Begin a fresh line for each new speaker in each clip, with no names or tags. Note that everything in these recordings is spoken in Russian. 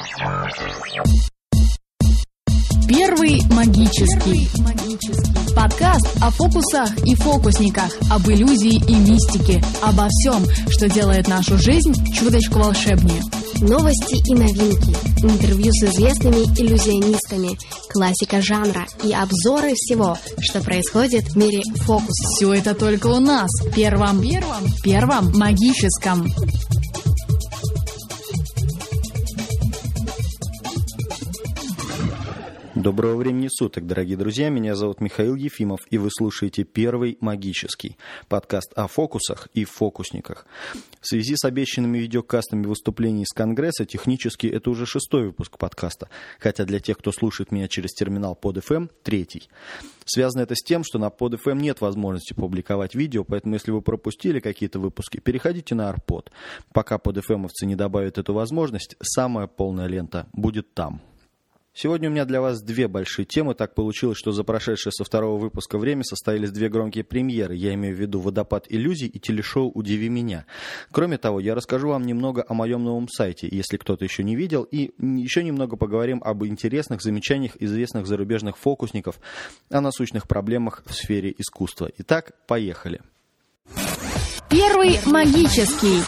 Первый магический. Подкаст о фокусах и фокусниках, об иллюзии и мистике, обо всем, что делает нашу жизнь чуточку волшебнее.
Новости и новинки, интервью с известными иллюзионистами, классика жанра и обзоры всего, что происходит в мире фокуса.
Все это только у нас, первом магическом.
Доброго времени суток, дорогие друзья. Меня зовут Михаил Ефимов, и вы слушаете «Первый магический» подкаст о фокусах и фокусниках. В связи с обещанными видеокастами выступлений из Конгресса, технически это уже 6-й выпуск подкаста, хотя для тех, кто слушает меня через терминал PodFM, 3-й. Связано это с тем, что на PodFM нет возможности публиковать видео, поэтому если вы пропустили какие-то выпуски, переходите на ARPod. Пока PodFM-овцы не добавят эту возможность, самая полная лента будет там. Сегодня у меня для вас две большие темы. Так получилось, что за прошедшее со второго выпуска время состоялись две громкие премьеры. Я имею в виду «Водопад иллюзий» и телешоу «Удиви меня». Кроме того, я расскажу вам немного о моем новом сайте, если кто-то еще не видел, и еще немного поговорим об интересных замечаниях известных зарубежных фокусников, о насущных проблемах в сфере искусства. Итак, поехали.
Первый магический.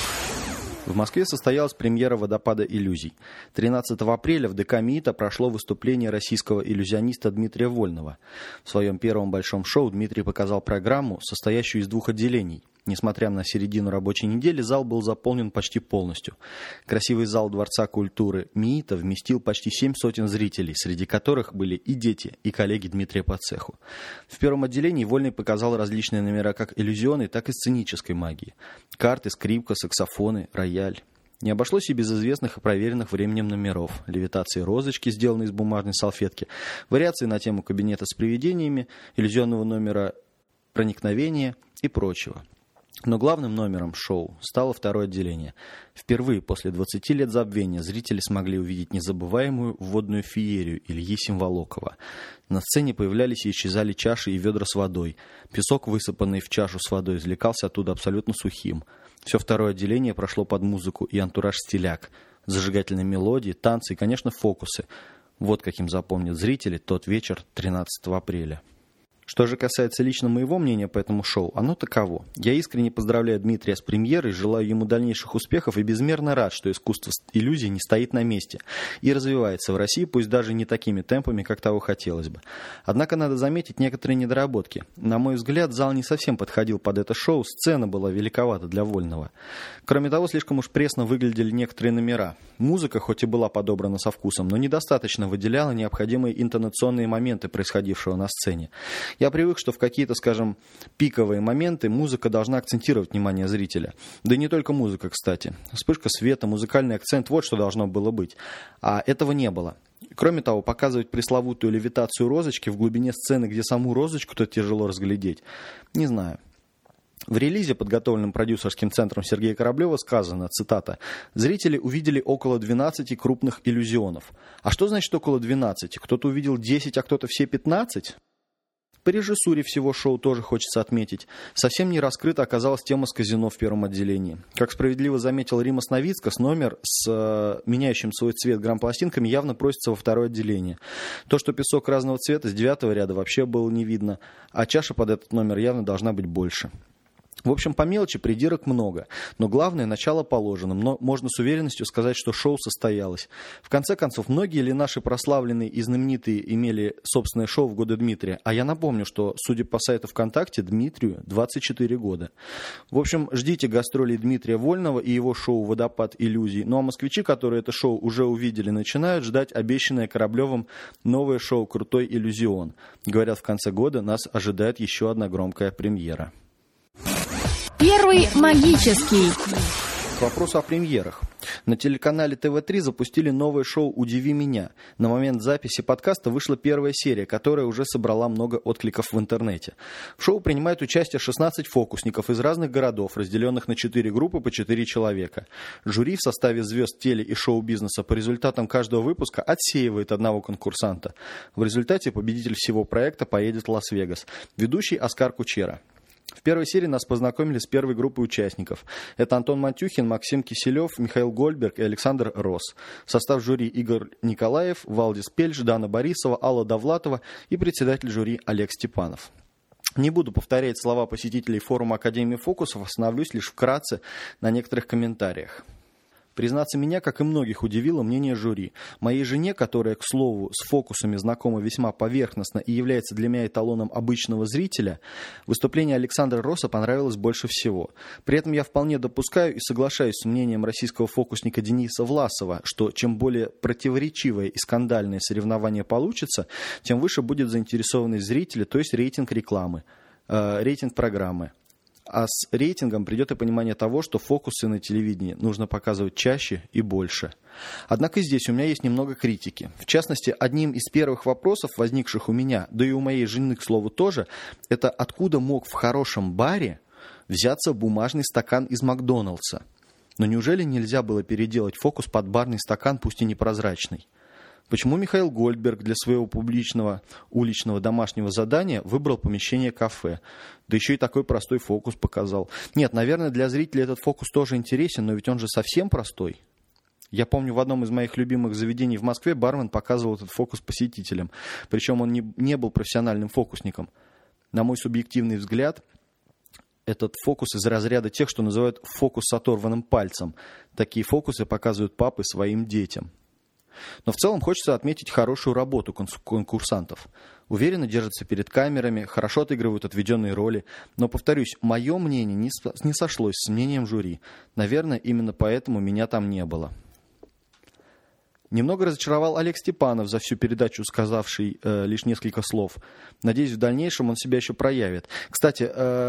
В Москве состоялась премьера «Водопада иллюзий». 13 апреля в ДК МИИТа прошло выступление российского иллюзиониста Дмитрия Вольного. В своем первом большом шоу Дмитрий показал программу, состоящую из двух отделений. Несмотря на середину рабочей недели, зал был заполнен почти полностью. Красивый зал Дворца культуры МИИТа вместил почти 700 зрителей, среди которых были и дети, и коллеги Дмитрия по цеху. В первом отделении Вольный показал различные номера как иллюзионной, так и сценической магии. Карты, скрипка, саксофоны, рояль. Не обошлось и без известных и проверенных временем номеров. Левитации розочки, сделанные из бумажной салфетки, вариации на тему кабинета с привидениями, иллюзионного номера проникновения и прочего. Но главным номером шоу стало второе отделение. Впервые после 20 лет забвения зрители смогли увидеть незабываемую водную феерию Ильи Символокова. На сцене появлялись и исчезали чаши и ведра с водой. Песок, высыпанный в чашу с водой, извлекался оттуда абсолютно сухим. Все второе отделение прошло под музыку и антураж стиляк. Зажигательные мелодии, танцы и, конечно, фокусы. Вот каким запомнят зрители тот вечер 13 апреля. Что же касается лично моего мнения по этому шоу, оно таково. Я искренне поздравляю Дмитрия с премьерой, желаю ему дальнейших успехов и безмерно рад, что искусство иллюзий не стоит на месте и развивается в России, пусть даже не такими темпами, как того хотелось бы. Однако надо заметить некоторые недоработки. На мой взгляд, зал не совсем подходил под это шоу, сцена была великовата для Вольного. Кроме того, слишком уж пресно выглядели некоторые номера. Музыка, хоть и была подобрана со вкусом, но недостаточно выделяла необходимые интонационные моменты происходившего на сцене. Я привык, что в какие-то, скажем, пиковые моменты музыка должна акцентировать внимание зрителя. Да и не только музыка, кстати. Вспышка света, музыкальный акцент – вот что должно было быть. А этого не было. Кроме того, показывать пресловутую левитацию розочки в глубине сцены, где саму розочку-то тяжело разглядеть, не знаю. В релизе, подготовленном продюсерским центром Сергея Кораблева, сказано, цитата, «Зрители увидели около 12 крупных иллюзионов». А что значит около 12? Кто-то увидел 10, а кто-то все 15? По режиссуре всего шоу тоже хочется отметить. Совсем не раскрыта оказалась тема с казино в первом отделении. Как справедливо заметил Рима Сновицкас, номер с меняющим свой цвет грампластинками явно просится во второе отделение. То, что песок разного цвета с 9-го ряда вообще было не видно, а чаша под этот номер явно должна быть больше. В общем, по мелочи придирок много, но главное, начало положено. Но можно с уверенностью сказать, что шоу состоялось. В конце концов, многие ли наши прославленные и знаменитые имели собственное шоу в годы Дмитрия? А я напомню, что, судя по сайту ВКонтакте, Дмитрию 24 года. В общем, ждите гастролей Дмитрия Вольного и его шоу «Водопад иллюзий». Ну а москвичи, которые это шоу уже увидели, начинают ждать обещанное Кораблевым новое шоу «Крутой иллюзион». Говорят, в конце года нас ожидает еще одна громкая премьера.
Первый магический.
К вопросу о премьерах. На телеканале ТВ3 запустили новое шоу «Удиви меня». На момент записи подкаста вышла первая серия, которая уже собрала много откликов в интернете. В шоу принимают участие 16 фокусников из разных городов, разделенных на 4 группы по 4 человека. Жюри в составе звезд теле- и шоу-бизнеса по результатам каждого выпуска отсеивает одного конкурсанта. В результате победитель всего проекта поедет в Лас-Вегас. Ведущий Оскар Кучера. В первой серии нас познакомили с первой группой участников. Это Антон Матюхин, Максим Киселев, Михаил Гольдберг и Александр Росс. Состав жюри: Игорь Николаев, Валдис Пельш, Дана Борисова, Алла Довлатова и председатель жюри Олег Степанов. Не буду повторять слова посетителей форума Академии фокусов, остановлюсь лишь вкратце на некоторых комментариях. Признаться, меня, как и многих, удивило мнение жюри. Моей жене, которая, к слову, с фокусами знакома весьма поверхностно и является для меня эталоном обычного зрителя, выступление Александра Росса понравилось больше всего. При этом я вполне допускаю и соглашаюсь с мнением российского фокусника Дениса Власова, что чем более противоречивое и скандальное соревнование получится, тем выше будет заинтересованность зрителя, то есть рейтинг рекламы, рейтинг программы. А с рейтингом придет и понимание того, что фокусы на телевидении нужно показывать чаще и больше. Однако здесь у меня есть немного критики. В частности, одним из первых вопросов, возникших у меня, да и у моей жены, к слову, тоже, это откуда мог в хорошем баре взяться бумажный стакан из Макдоналдса? Но неужели нельзя было переделать фокус под барный стакан, пусть и непрозрачный? Почему Михаил Гольдберг для своего публичного уличного домашнего задания выбрал помещение кафе? Да еще и такой простой фокус показал. Нет, наверное, для зрителей этот фокус тоже интересен, но ведь он же совсем простой. Я помню, в одном из моих любимых заведений в Москве бармен показывал этот фокус посетителям. Причем он не был профессиональным фокусником. На мой субъективный взгляд, этот фокус из разряда тех, что называют фокус с оторванным пальцем. Такие фокусы показывают папы своим детям. Но в целом хочется отметить хорошую работу конкурсантов. Уверенно держатся перед камерами, хорошо отыгрывают отведенные роли. Но, повторюсь, мое мнение не сошлось с мнением жюри. Наверное, именно поэтому меня там не было. Немного разочаровал Олег Степанов, за всю передачу сказавший лишь несколько слов. Надеюсь, в дальнейшем он себя еще проявит. Кстати,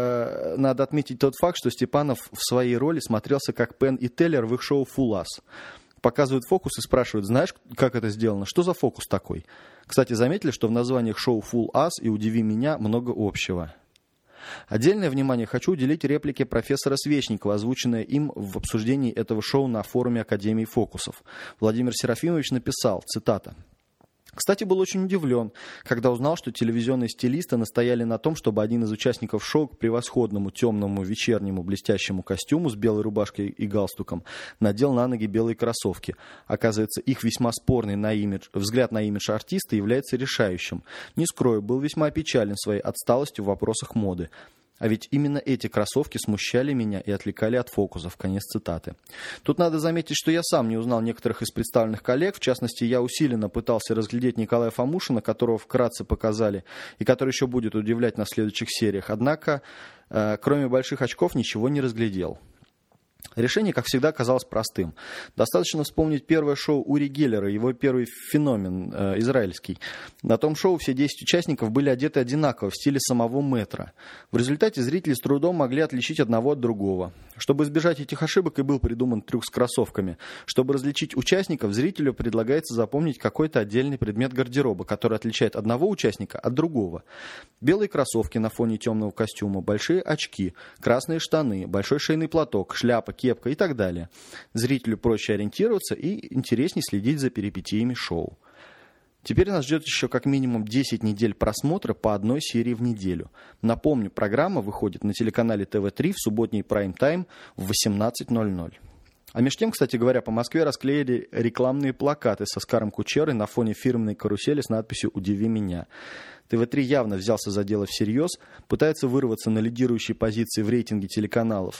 надо отметить тот факт, что Степанов в своей роли смотрелся как Пенн и Теллер в их шоу «Full Ас». Показывают фокус и спрашивают: знаешь, как это сделано? Что за фокус такой? Кстати, заметили, что в названиях шоу «Full Ас» и «Удиви меня» много общего. Отдельное внимание хочу уделить реплике профессора Свечникова, озвученной им в обсуждении этого шоу на форуме Академии фокусов. Владимир Серафимович написал, цитата: «Кстати, был очень удивлен, когда узнал, что телевизионные стилисты настояли на том, чтобы один из участников шоу к превосходному темному вечернему блестящему костюму с белой рубашкой и галстуком надел на ноги белые кроссовки. Оказывается, их весьма спорный взгляд на имидж артиста является решающим. Не скрою, был весьма опечален своей отсталостью в вопросах моды. А ведь именно эти кроссовки смущали меня и отвлекали от фокусов». Конец цитаты. Тут надо заметить, что я сам не узнал некоторых из представленных коллег. В частности, я усиленно пытался разглядеть Николая Фомушина, которого вкратце показали, и который еще будет удивлять нас в следующих сериях. Однако, кроме больших очков, ничего не разглядел. Решение, как всегда, казалось простым. Достаточно вспомнить первое шоу Ури Геллера, его первый феномен, израильский. На том шоу все 10 участников были одеты одинаково, в стиле самого мэтра. В результате зрители с трудом могли отличить одного от другого. Чтобы избежать этих ошибок, и был придуман трюк с кроссовками. Чтобы различить участников, зрителю предлагается запомнить какой-то отдельный предмет гардероба, который отличает одного участника от другого. Белые кроссовки на фоне темного костюма, большие очки, красные штаны, большой шейный платок, шляпа, кепка и так далее. Зрителю проще ориентироваться и интереснее следить за перипетиями шоу. Теперь нас ждет еще как минимум 10 недель просмотра по одной серии в неделю. Напомню, программа выходит на телеканале ТВ-3 в субботний прайм-тайм в 18:00. А между тем, кстати говоря, по Москве расклеили рекламные плакаты с Оскаром Кучерой на фоне фирменной карусели с надписью «Удиви меня». ТВ-3 явно взялся за дело всерьез, пытается вырваться на лидирующие позиции в рейтинге телеканалов.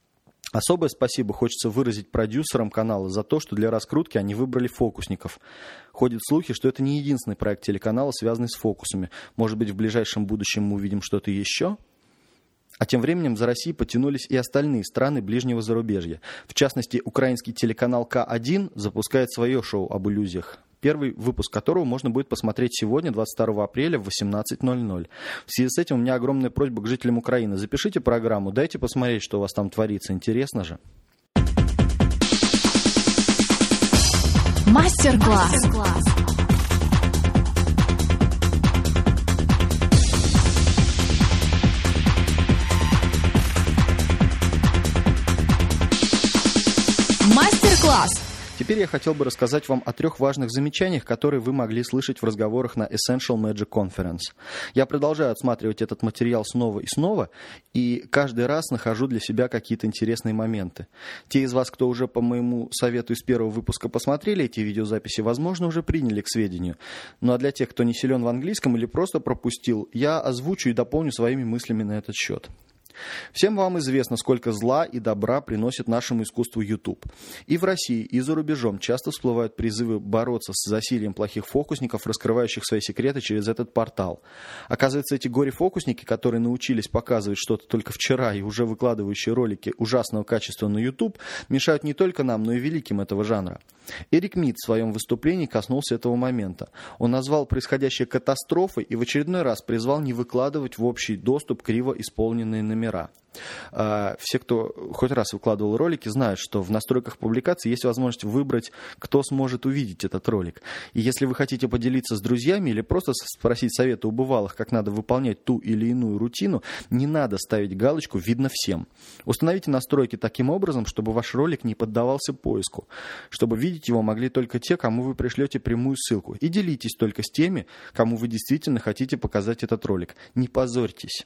Особое спасибо хочется выразить продюсерам канала за то, что для раскрутки они выбрали фокусников. Ходят слухи, что это не единственный проект телеканала, связанный с фокусами. Может быть, в ближайшем будущем мы увидим что-то еще? А тем временем за Россией потянулись и остальные страны ближнего зарубежья. В частности, украинский телеканал К1 запускает свое шоу об иллюзиях, первый выпуск которого можно будет посмотреть сегодня, 22 апреля в 18:00. В связи с этим у меня огромная просьба к жителям Украины. Запишите программу, дайте посмотреть, что у вас там творится. Интересно же.
Мастер-класс. Мастер-класс.
теперь я хотел бы рассказать вам о 3 важных замечаниях, которые вы могли слышать в разговорах на Essential Magic Conference. Я продолжаю отсматривать этот материал снова и снова, и каждый раз нахожу для себя какие-то интересные моменты. Те из вас, кто уже по моему совету из первого выпуска посмотрели эти видеозаписи, возможно, уже приняли к сведению. Ну а для тех, кто не силен в английском или просто пропустил, я озвучу и дополню своими мыслями на этот счет. Всем вам известно, сколько зла и добра приносит нашему искусству YouTube. И в России, и за рубежом часто всплывают призывы бороться с засильем плохих фокусников, раскрывающих свои секреты через этот портал. Оказывается, эти горе-фокусники, которые научились показывать что-то только вчера и уже выкладывающие ролики ужасного качества на YouTube, мешают не только нам, но и великим этого жанра. Эрик Мид в своем выступлении коснулся этого момента. Он назвал происходящее катастрофой и в очередной раз призвал не выкладывать в общий доступ криво исполненные номера. Все, кто хоть раз выкладывал ролики, знают, что в настройках публикации есть возможность выбрать, кто сможет увидеть этот ролик. И если вы хотите поделиться с друзьями или просто спросить совета у бывалых, как надо выполнять ту или иную рутину, не надо ставить галочку «Видно всем». Установите настройки таким образом, чтобы ваш ролик не поддавался поиску, чтобы видеть его могли только те, кому вы пришлете прямую ссылку. И делитесь только с теми, кому вы действительно хотите показать этот ролик. Не позорьтесь.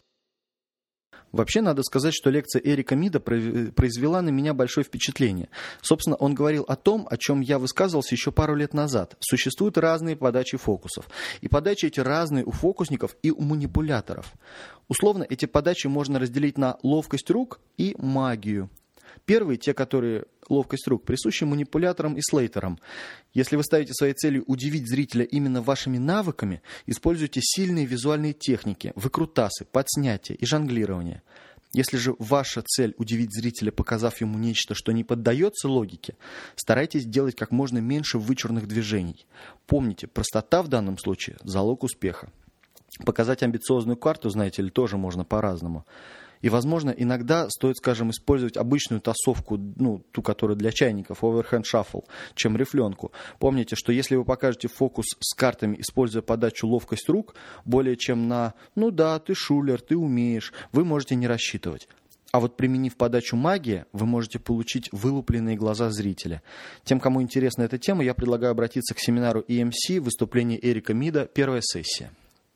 Вообще, надо сказать, что лекция Эрика Мида произвела на меня большое впечатление. Собственно, он говорил о том, о чем я высказывался еще пару лет назад. Существуют разные подачи фокусов. И подачи эти разные у фокусников и у манипуляторов. Условно, эти подачи можно разделить на ловкость рук и магию. Первые, те, которые ловкость рук, присущи манипуляторам и слейтерам. Если вы ставите своей целью удивить зрителя именно вашими навыками, используйте сильные визуальные техники, выкрутасы, подснятие и жонглирование. Если же ваша цель удивить зрителя, показав ему нечто, что не поддается логике, старайтесь делать как можно меньше вычурных движений. Помните, простота в данном случае – залог успеха. Показать амбициозную карту, знаете ли, тоже можно по-разному. И, возможно, иногда стоит, скажем, использовать обычную тасовку, ту, которая для чайников, overhand shuffle, чем рифленку. Помните, что если вы покажете фокус с картами, используя подачу ловкость рук, более чем на «ну да, ты шулер, ты умеешь», вы можете не рассчитывать. А вот применив подачу магия, вы можете получить вылупленные глаза зрителя. Тем, кому интересна эта тема, я предлагаю обратиться к семинару EMC, выступление Эрика Мида, 1-я сессия.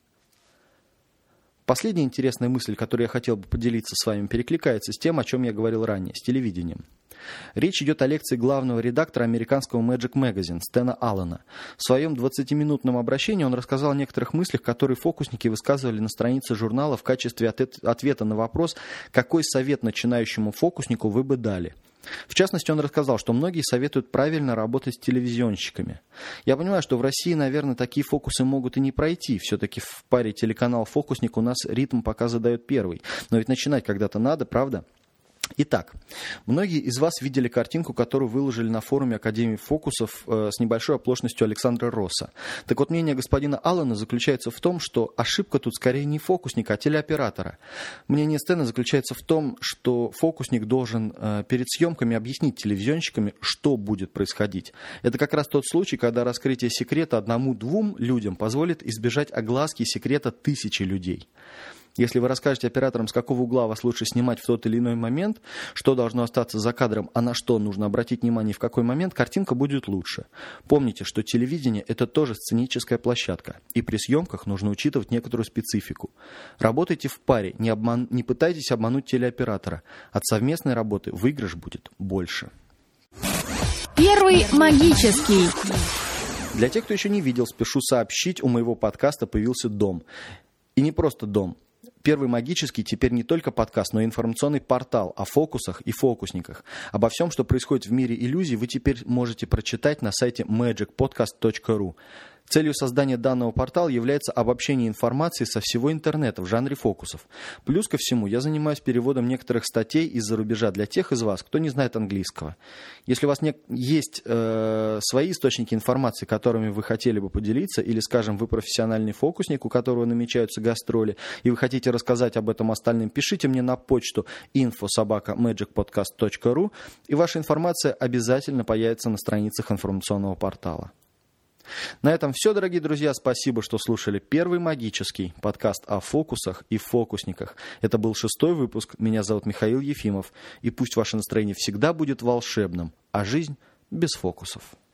Последняя интересная мысль, которой я хотел бы поделиться с вами, перекликается с тем, о чем я говорил ранее, с телевидением. Речь идет о лекции главного редактора американского Magic Magazine Стэна Аллена. В своем 20-минутном обращении он рассказал о некоторых мыслях, которые фокусники высказывали на странице журнала в качестве ответа на вопрос, какой совет начинающему фокуснику вы бы дали. В частности, он рассказал, что многие советуют правильно работать с телевизионщиками. Я понимаю, что в России, наверное, такие фокусы могут и не пройти. Все-таки в паре телеканал-фокусник у нас ритм пока задает первый. Но ведь начинать когда-то надо, правда? Итак, многие из вас видели картинку, которую выложили на форуме Академии фокусов с небольшой оплошностью Александра Росса. Так вот, мнение господина Аллена заключается в том, что ошибка тут скорее не фокусника, а телеоператора. Мнение Стэна заключается в том, что фокусник должен перед съемками объяснить телевизионщикам, что будет происходить. Это как раз тот случай, когда раскрытие секрета 1-2 людям позволит избежать огласки секрета 1000 людей. Если вы расскажете операторам, с какого угла вас лучше снимать в тот или иной момент, что должно остаться за кадром, а на что нужно обратить внимание в какой момент, картинка будет лучше. Помните, что телевидение – это тоже сценическая площадка, и при съемках нужно учитывать некоторую специфику. Работайте в паре, не пытайтесь обмануть телеоператора. От совместной работы выигрыш будет больше.
Первый магический.
Для тех, кто еще не видел, спешу сообщить, у моего подкаста появился дом. И не просто дом. Первый магический теперь не только подкаст, но и информационный портал о фокусах и фокусниках. Обо всем, что происходит в мире иллюзий, вы теперь можете прочитать на сайте magicpodcast.ru. Целью создания данного портала является обобщение информации со всего интернета в жанре фокусов. Плюс ко всему, я занимаюсь переводом некоторых статей из-за рубежа для тех из вас, кто не знает английского. Если у вас есть свои источники информации, которыми вы хотели бы поделиться, или, скажем, вы профессиональный фокусник, у которого намечаются гастроли, и вы хотите рассказать об этом остальным, пишите мне на почту info@magicpodcast.ru, и ваша информация обязательно появится на страницах информационного портала. На этом все, дорогие друзья. Спасибо, что слушали первый магический подкаст о фокусах и фокусниках. Это был 6-й выпуск. Меня зовут Михаил Ефимов. И пусть ваше настроение всегда будет волшебным, а жизнь без фокусов.